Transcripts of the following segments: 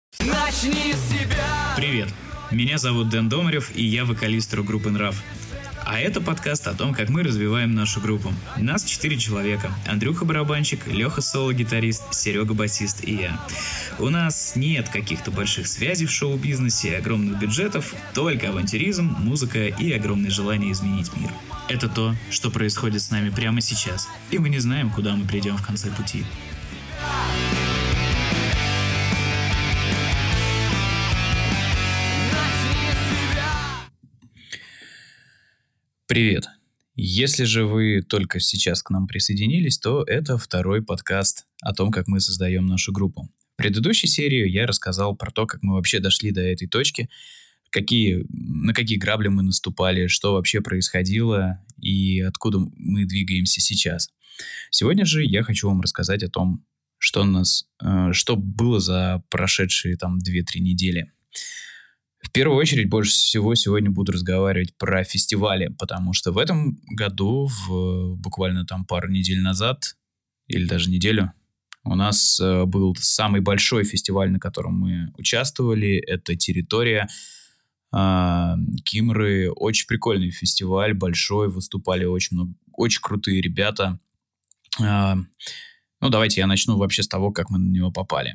Начни с себя. Привет, меня зовут Дэн Домарев, и я вокалист рок-группы «Нрав». А это подкаст о том, как мы развиваем нашу группу. Нас 4 человека. Андрюха барабанщик, Леха соло-гитарист, Серега басист и я. У нас нет каких-то больших связей в шоу-бизнесе, огромных бюджетов, только авантюризм, музыка и огромное желание изменить мир. Это то, что происходит с нами прямо сейчас, и мы не знаем, куда мы придем в конце пути. Привет! Если же вы только сейчас к нам присоединились, то это второй подкаст о том, как мы создаем нашу группу. В предыдущей серии я рассказал про то, как мы вообще дошли до этой точки, на какие грабли мы наступали, что вообще происходило и откуда мы двигаемся сейчас. Сегодня же я хочу вам рассказать о том, что было за прошедшие 2-3 недели. В первую очередь, больше всего сегодня буду разговаривать про фестивали, потому что в этом году, буквально пару недель назад, или даже неделю, у нас был самый большой фестиваль, на котором мы участвовали. Это «Территория», Кимры. Очень прикольный фестиваль, большой, выступали очень крутые ребята. Давайте я начну вообще с того, как мы на него попали.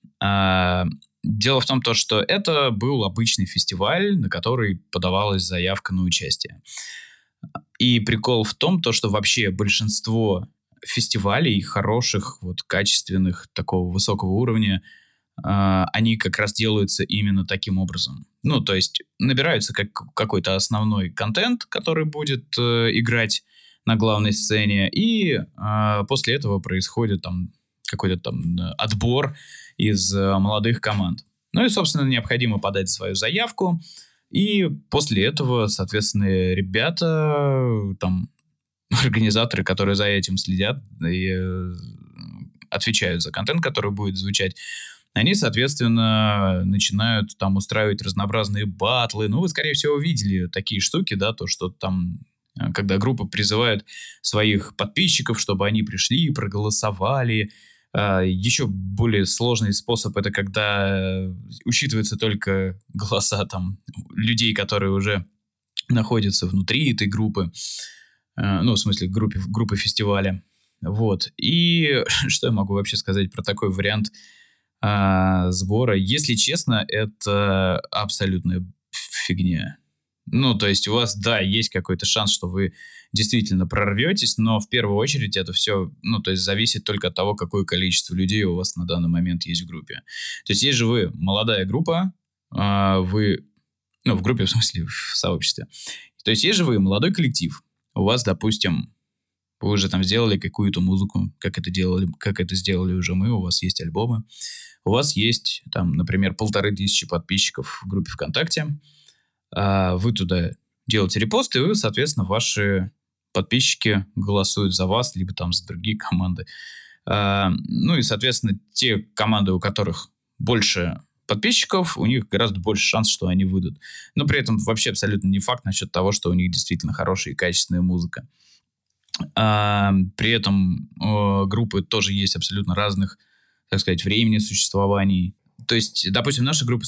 Дело в том, что это был обычный фестиваль, на который подавалась заявка на участие. И прикол в том, что вообще большинство фестивалей хороших, качественных, такого высокого уровня, они как раз делаются именно таким образом. То есть набирается какой-то основной контент, который будет играть на главной сцене, и после этого происходит какой-то отбор из молодых команд. И, собственно, необходимо подать свою заявку. И после этого, соответственно, ребята, организаторы, которые за этим следят и отвечают за контент, который будет звучать, они, соответственно, начинают устраивать разнообразные батлы. Вы, скорее всего, видели такие штуки, да, когда группа призывает своих подписчиков, чтобы они пришли и проголосовали. Еще более сложный способ — это когда учитываются только голоса людей, которые уже находятся внутри этой группы, в смысле группы фестиваля. И что я могу вообще сказать про такой вариант сбора? Если честно, это абсолютная фигня. То есть у вас, да, есть какой-то шанс, что вы действительно прорветесь, но в первую очередь это все, зависит только от того, какое количество людей у вас на данный момент есть в группе. То есть же вы молодая группа, в группе, в смысле, в сообществе. То есть же вы молодой коллектив, у вас, допустим, вы уже сделали какую-то музыку, как это сделали уже мы, у вас есть альбомы, у вас есть, например, 1500 подписчиков в группе ВКонтакте. Вы туда делаете репосты, и вы, соответственно, ваши подписчики голосуют за вас, либо за другие команды. И, соответственно, те команды, у которых больше подписчиков, у них гораздо больше шанс, что они выйдут. Но при этом вообще абсолютно не факт насчет того, что у них действительно хорошая и качественная музыка. При этом группы тоже есть абсолютно разных, так сказать, времени существований. То есть, допустим, наша группа,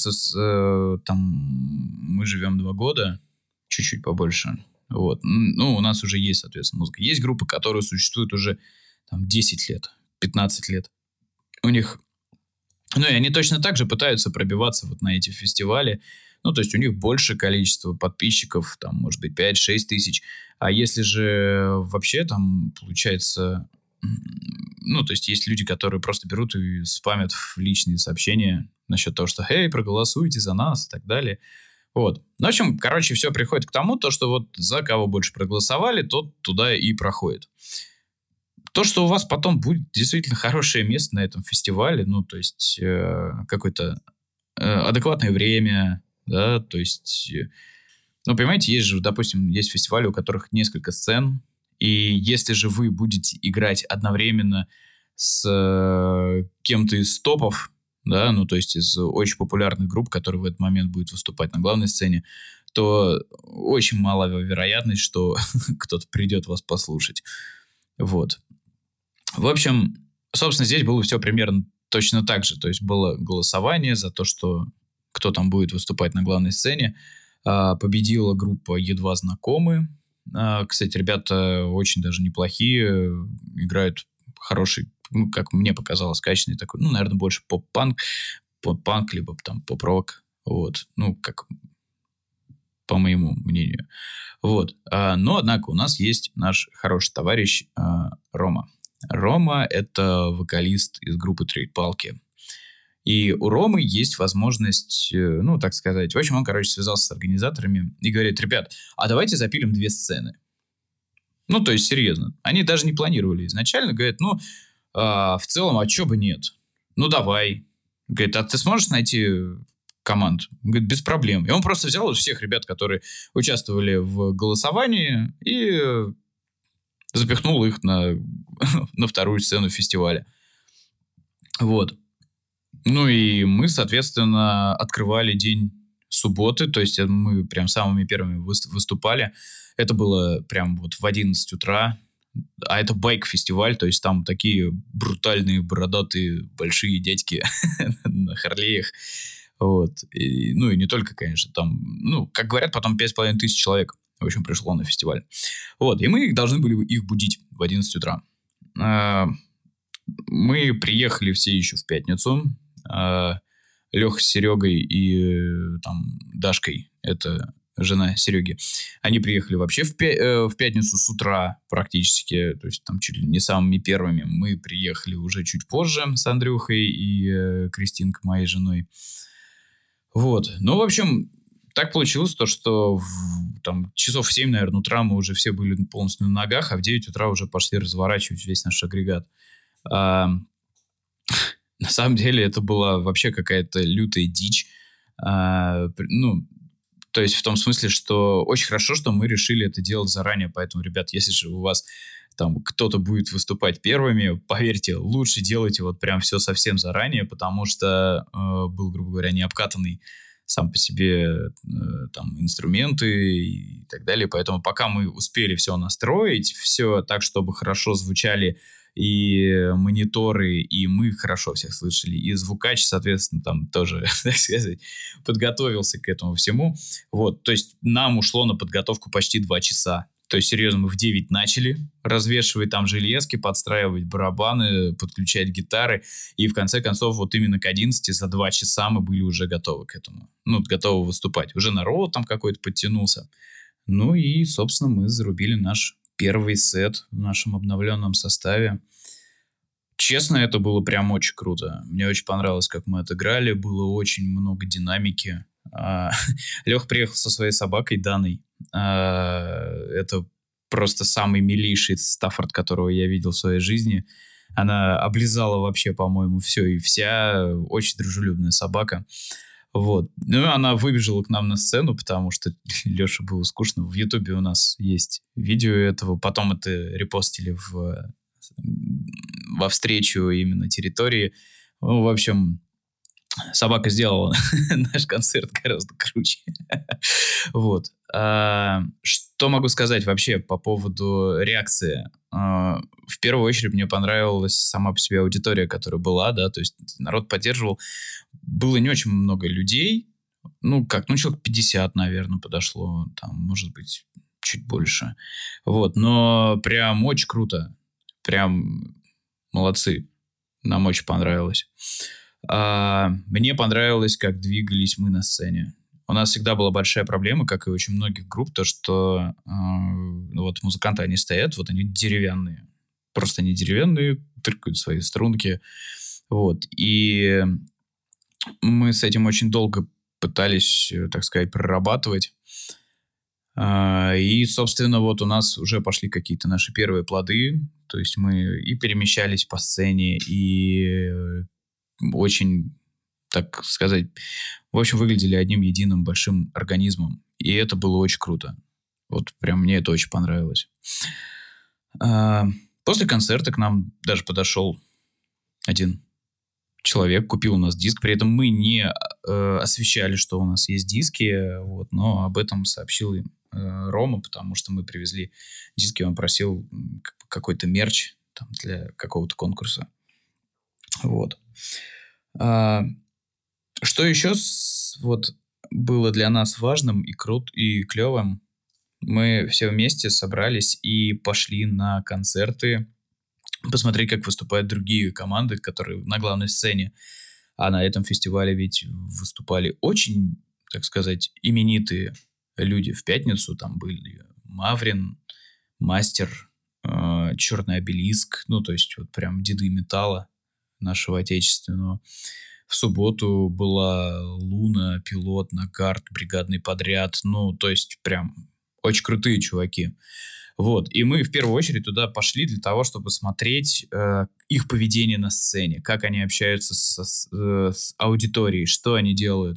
мы живем 2 года, чуть-чуть побольше. У нас уже есть, соответственно, музыка. Есть группы, которые существуют уже 10 лет, 15 лет. У них... и они точно так же пытаются пробиваться на эти фестивали. То есть у них большее количество подписчиков, может быть, 5-6 тысяч. А если же вообще получается... то есть есть люди, которые просто берут и спамят в личные сообщения насчет того, что «Эй, проголосуйте за нас» и так далее. В общем, все приходит к тому, что за кого больше проголосовали, тот туда и проходит. То, что у вас потом будет действительно хорошее место на этом фестивале, то есть какое-то адекватное время, да, то есть... понимаете, есть же, допустим, есть фестивали, у которых несколько сцен, и если же вы будете играть одновременно с кем-то из топов, да, то есть из очень популярных групп, которые в этот момент будут выступать на главной сцене, то очень мала вероятность, что кто-то придет вас послушать. В общем, собственно, здесь было все примерно точно так же. То есть было голосование за то, что кто там будет выступать на главной сцене. Победила группа «Едва знакомы». Кстати, ребята очень даже неплохие, играют хороший, ну, как мне показалось, качественный такой, ну, наверное, больше поп-панк, либо там поп-рок, вот, ну, как по моему мнению. Вот. Но, однако, у нас есть наш хороший товарищ Рома. Рома — это вокалист из группы «Трейд-палки». И у Ромы есть возможность, ну, так сказать... В общем, он, короче, связался с организаторами и говорит: ребят, а давайте запилим 2 сцены. Ну, то есть, серьезно. Они даже не планировали изначально. Говорят, ну, в целом, а чё бы нет? Ну, давай. Говорит, а ты сможешь найти команд? Говорит, без проблем. И он просто взял вот всех ребят, которые участвовали в голосовании, и запихнул их на вторую сцену фестиваля. Вот. Ну и мы, соответственно, открывали день субботы, то есть мы прям самыми первыми выступали. Это было прям вот в 11 утра. А это байк-фестиваль, то есть там такие брутальные, бородатые, большие дядьки на Харлеях. Вот. Ну и не только, конечно, там, ну, как говорят, потом 5500 человек, в общем, пришло на фестиваль. Вот. И мы должны были их будить в 11 утра. Мы приехали все еще в пятницу. Леха с Серегой и там Дашкой, это жена Сереги, они приехали вообще в пятницу с утра практически, то есть там чуть ли не самыми первыми. Мы приехали уже чуть позже с Андрюхой и Кристинкой, моей женой. Вот. Ну, в общем, так получилось то, что там часов в 7, наверное, утра мы уже все были полностью на ногах, а в 9 утра уже пошли разворачивать весь наш агрегат. На самом деле это была вообще какая-то лютая дичь. Ну, то есть в том смысле, что очень хорошо, что мы решили это делать заранее. Поэтому, ребят, если же у вас там кто-то будет выступать первыми, поверьте, лучше делайте вот прям все совсем заранее, потому что был, грубо говоря, необкатанный сам по себе там инструменты и так далее. Поэтому пока мы успели все настроить, все так, чтобы хорошо звучали и мониторы, и мы хорошо всех слышали, и звукач, соответственно, там тоже, так сказать, подготовился к этому всему. Вот, то есть нам ушло на подготовку почти 2 часа. То есть, серьезно, мы в 9 начали развешивать там железки, подстраивать барабаны, подключать гитары, и в конце концов вот именно к 11 за 2 часа мы были уже готовы к этому. Ну, готовы выступать. Уже народ там какой-то подтянулся. Ну и, собственно, мы зарубили наш первый сет в нашем обновленном составе. Честно, это было прям очень круто. Мне очень понравилось, как мы отыграли. Было очень много динамики. Лех приехал со своей собакой Даной. Это просто самый милейший Стаффорд, которого я видел в своей жизни. Она облизала вообще, по-моему, все и вся. Очень дружелюбная собака. Вот. Ну, и она выбежала к нам на сцену, потому что Леше было скучно. В Ютубе у нас есть видео этого. Потом это репостили во встречу именно территории. Ну, в общем, собака сделала наш концерт гораздо круче. Вот. Что могу сказать вообще по поводу реакции? В первую очередь мне понравилась сама по себе аудитория, которая была, да, то есть народ поддерживал. Было не очень много людей, ну, человек 50, наверное, подошло, там, может быть, чуть больше. Вот, но прям очень круто, прям молодцы, нам очень понравилось. Мне понравилось, как двигались мы на сцене. У нас всегда была большая проблема, как и у очень многих групп, то, что вот музыканты, они стоят, вот они деревянные. Просто они деревянные, тыркают свои струнки. Вот. И мы с этим очень долго пытались, так сказать, прорабатывать. И, собственно, вот у нас уже пошли какие-то наши первые плоды. То есть мы и перемещались по сцене, и очень, так сказать, в общем, выглядели одним единым большим организмом. И это было очень круто. Вот прям мне это очень понравилось. После концерта к нам даже подошел один человек, купил у нас диск. При этом мы не освещали, что у нас есть диски, вот, но об этом сообщил им Рома, потому что мы привезли диски, он просил какой-то мерч там, для какого-то конкурса. Вот. А, что еще вот было для нас важным и клевым? Мы все вместе собрались и пошли на концерты, посмотреть, как выступают другие команды, которые на главной сцене. А на этом фестивале ведь выступали очень, так сказать, именитые люди. В пятницу там были Маврин, Мастер, Черный Обелиск, ну, то есть вот прям деды металла нашего отечественного. В субботу была Луна, Пилот, Нагард, Бригадный подряд. Ну, то есть прям очень крутые чуваки. Вот. И мы в первую очередь туда пошли для того, чтобы смотреть их поведение на сцене, как они общаются с аудиторией, что они делают.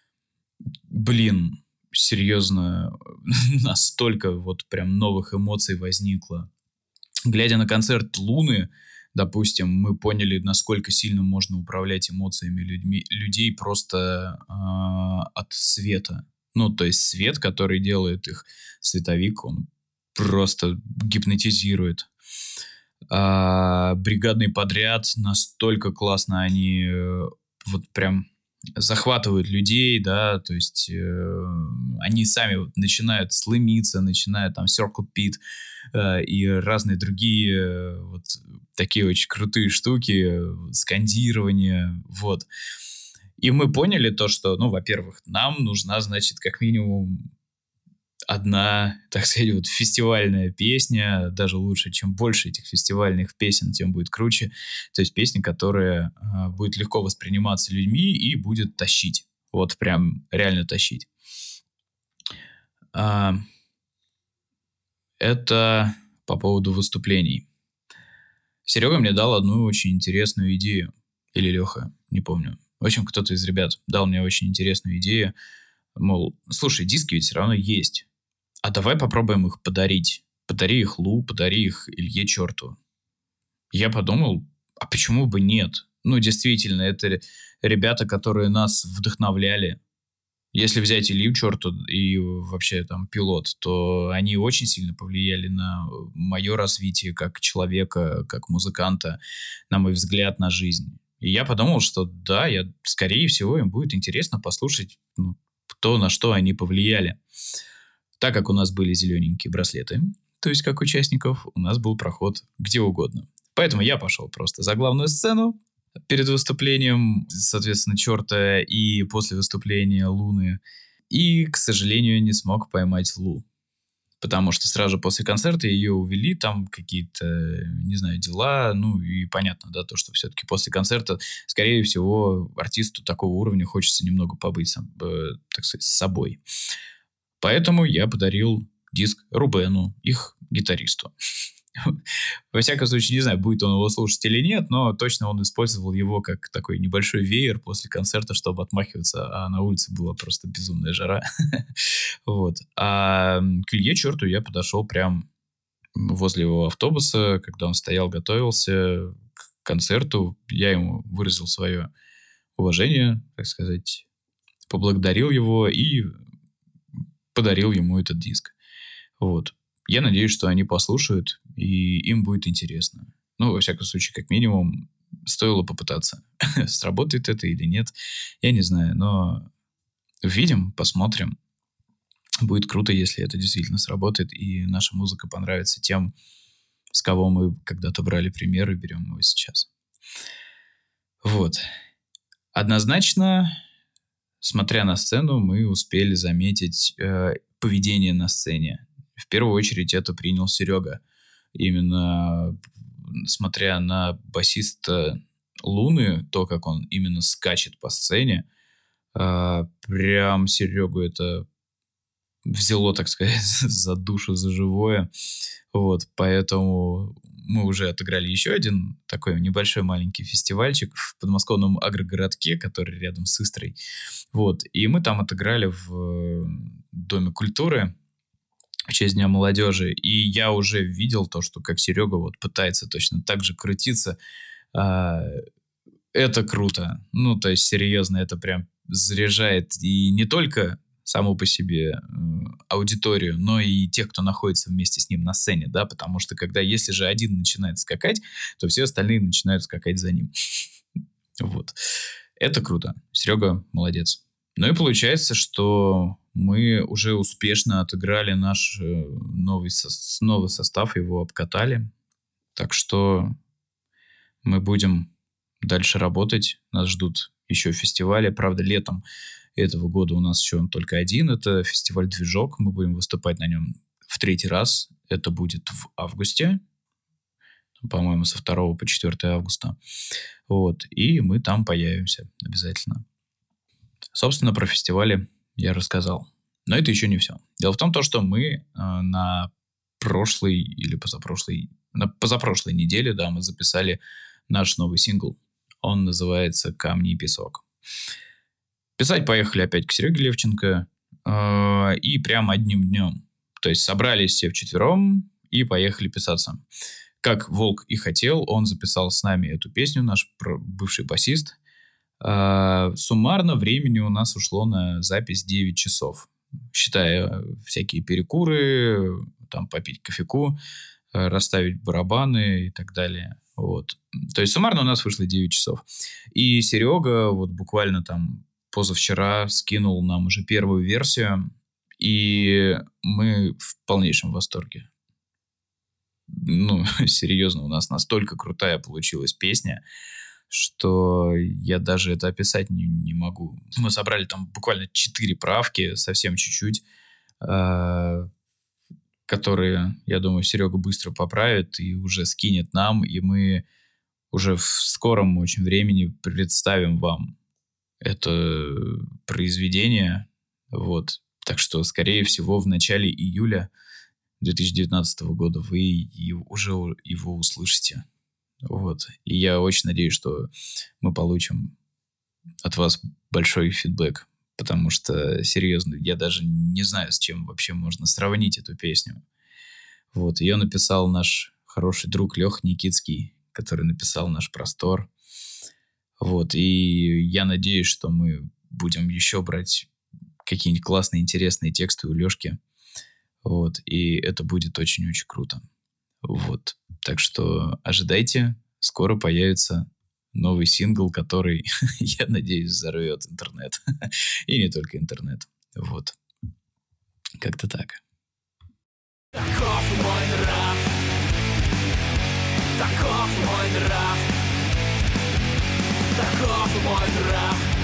Блин, серьезно, настолько вот прям новых эмоций возникло. Глядя на концерт Луны, допустим, мы поняли, насколько сильно можно управлять эмоциями людей просто от света. Ну, то есть свет, который делает их световик, он просто гипнотизирует. Бригадный подряд настолько классно они вот прям захватывают людей, да, то есть они сами вот начинают слымиться, начинают там Circle Pit и разные другие вот такие очень крутые штуки, скандирование, вот. И мы поняли то, что, ну, во-первых, нам нужна, значит, как минимум одна, так сказать, вот фестивальная песня, даже лучше, чем больше этих фестивальных песен, тем будет круче. То есть песня, которая будет легко восприниматься людьми и будет тащить. Вот прям реально тащить. А, это по поводу выступлений. Серега мне дал одну очень интересную идею. Или Леха, не помню. В общем, кто-то из ребят дал мне очень интересную идею. Мол, слушай, диски ведь все равно есть. А давай попробуем их подарить. Подари их Лу, подари их Илье Черту. Я подумал, а почему бы нет? Ну, действительно, это ребята, которые нас вдохновляли. Если взять Илью Черту и вообще там Пилот, то они очень сильно повлияли на мое развитие как человека, как музыканта, на мой взгляд на жизнь. И я подумал, что да, скорее всего, им будет интересно послушать, ну, то, на что они повлияли. Так как у нас были зелененькие браслеты, то есть как участников, у нас был проход где угодно. Поэтому я пошел просто за главную сцену перед выступлением, соответственно, Черта и после выступления Луны. И, к сожалению, не смог поймать Лу. Потому что сразу же после концерта ее увели, там какие-то, не знаю, дела. Ну и понятно, да, то, что все-таки после концерта, скорее всего, артисту такого уровня хочется немного побыть, так сказать, с собой. Поэтому я подарил диск Рубену, их гитаристу. Во всяком случае, не знаю, будет он его слушать или нет, но точно он использовал его как такой небольшой веер после концерта, чтобы отмахиваться, а на улице была просто безумная жара. Вот. А к Илье Черту я подошел прям возле его автобуса, когда он стоял, готовился к концерту. Я ему выразил свое уважение, так сказать, поблагодарил его и подарил ему этот диск. Вот. Я надеюсь, что они послушают, и им будет интересно. Ну, во всяком случае, как минимум, стоило попытаться. Сработает это или нет, я не знаю. Но увидим, посмотрим. Будет круто, если это действительно сработает, и наша музыка понравится тем, с кого мы когда-то брали пример и берем его сейчас. Вот. Однозначно, смотря на сцену, мы успели заметить поведение на сцене. В первую очередь это принял Серега. Именно смотря на басиста Луны, то, как он именно скачет по сцене, прям Серегу это взяло, так сказать, за душу, за живое. Вот, поэтому мы уже отыграли еще один такой небольшой маленький фестивальчик в подмосковном агрогородке, который рядом с Истрой. Вот, и мы там отыграли в Доме культуры в честь Дня молодежи, и я уже видел то, что как Серега вот пытается точно так же крутиться. Это круто. Ну, то есть, серьезно, это прям заряжает и не только саму по себе аудиторию, но и тех, кто находится вместе с ним на сцене, да, потому что если же один начинает скакать, то все остальные начинают скакать за ним. Вот. Это круто. Серега молодец. Ну и получается, что мы уже успешно отыграли наш новый состав, его обкатали. Так что мы будем дальше работать. Нас ждут еще фестивали. Правда, летом этого года у нас еще только один. Это фестиваль «Движок». Мы будем выступать на нем в 3-й раз. Это будет в августе. По-моему, со 2 по 4 августа. Вот. И мы там появимся обязательно. Собственно, про фестивали я рассказал. Но это еще не все. Дело в том, что мы на прошлой или на позапрошлой неделе, да, мы записали наш новый сингл. Он называется «Камни и песок». Писать поехали опять к Сереге Левченко. И прямо одним днем. То есть собрались все вчетвером и поехали писаться. Как Волк и хотел, он записал с нами эту песню, наш бывший басист. Суммарно времени у нас ушло на запись 9 часов. Считая всякие перекуры, там попить кофейку, расставить барабаны и так далее. Вот. То есть суммарно у нас вышло 9 часов. И Серега вот буквально там позавчера скинул нам уже первую версию, и мы в полнейшем восторге. Ну, серьезно, у нас настолько крутая получилась песня, что я даже это описать не могу. Мы собрали там буквально 4 правки, совсем чуть-чуть, которые, я думаю, Серега быстро поправит и уже скинет нам, и мы уже в скором очень времени представим вам это произведение. Вот. Так что, скорее всего, в начале июля 2019 года вы уже его услышите. Вот. И я очень надеюсь, что мы получим от вас большой фидбэк. Потому что, серьезно, я даже не знаю, с чем вообще можно сравнить эту песню. Вот. Ее написал наш хороший друг Леха Никитский, который написал наш «Простор». Вот. И я надеюсь, что мы будем еще брать какие-нибудь классные, интересные тексты у Лешки. Вот, и это будет очень-очень круто. Вот, так что ожидайте, скоро появится новый сингл, который, я надеюсь, взорвет интернет. И не только интернет. Вот, как-то так. Таков мой нрав, таков мой нрав, таков мой нрав.